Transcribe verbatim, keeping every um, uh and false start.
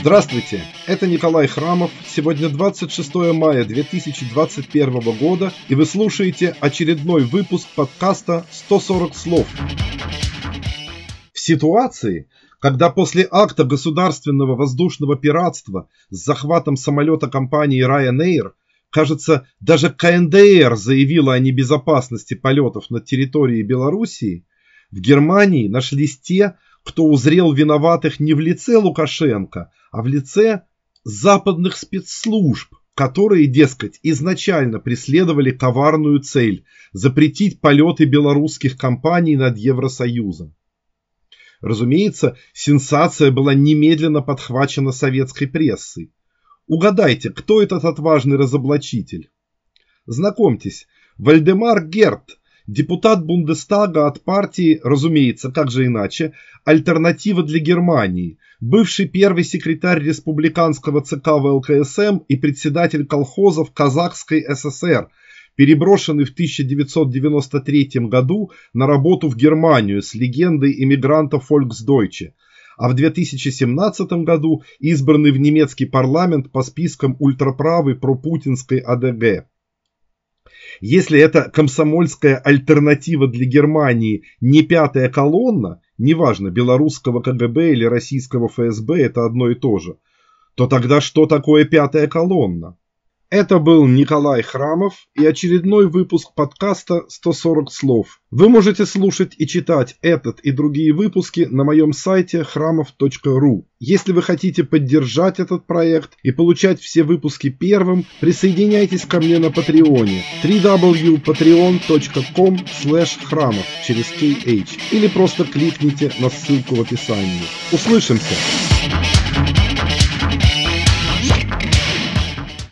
Здравствуйте, это Николай Храмов. Сегодня двадцать шестое мая две тысячи двадцать первого года, и вы слушаете очередной выпуск подкаста сто сорок слов. В ситуации, когда после акта государственного воздушного пиратства с захватом самолета компании Ryanair, кажется, даже ка эн дэ эр заявила о небезопасности полетов над территорией Белоруссии, в Германии нашлись те, кто узрел виноватых не в лице Лукашенко, а в лице западных спецслужб, которые, дескать, изначально преследовали коварную цель – запретить полеты белорусских компаний над Евросоюзом. Разумеется, сенсация была немедленно подхвачена советской прессой. Угадайте, кто этот отважный разоблачитель? Знакомьтесь, Вальдемар Герт, депутат Бундестага от партии, разумеется, как же иначе, «Альтернатива для Германии», бывший первый секретарь республиканского ЦК вэ эл ка эс эм и председатель колхозов Казахской эс эс эр, переброшенный в тысяча девятьсот девяносто третьем году на работу в Германию с легендой эмигранта Volksdeutsche, а в две тысячи семнадцатом году избранный в немецкий парламент по спискам ультраправой пропутинской а дэ гэ. Если эта комсомольская альтернатива для Германии не пятая колонна, неважно, белорусского ка гэ бэ или российского эф эс бэ, это одно и то же, то тогда что такое пятая колонна? Это был Николай Храмов и очередной выпуск подкаста сто сорок слов. Вы можете слушать и читать этот и другие выпуски на моем сайте храмов точка ру. Если вы хотите поддержать этот проект и получать все выпуски первым, присоединяйтесь ко мне на Патреоне дабл ю дабл ю дабл ю точка патреон точка ком слэш храмов через кей эйч или просто кликните на ссылку в описании. Услышимся!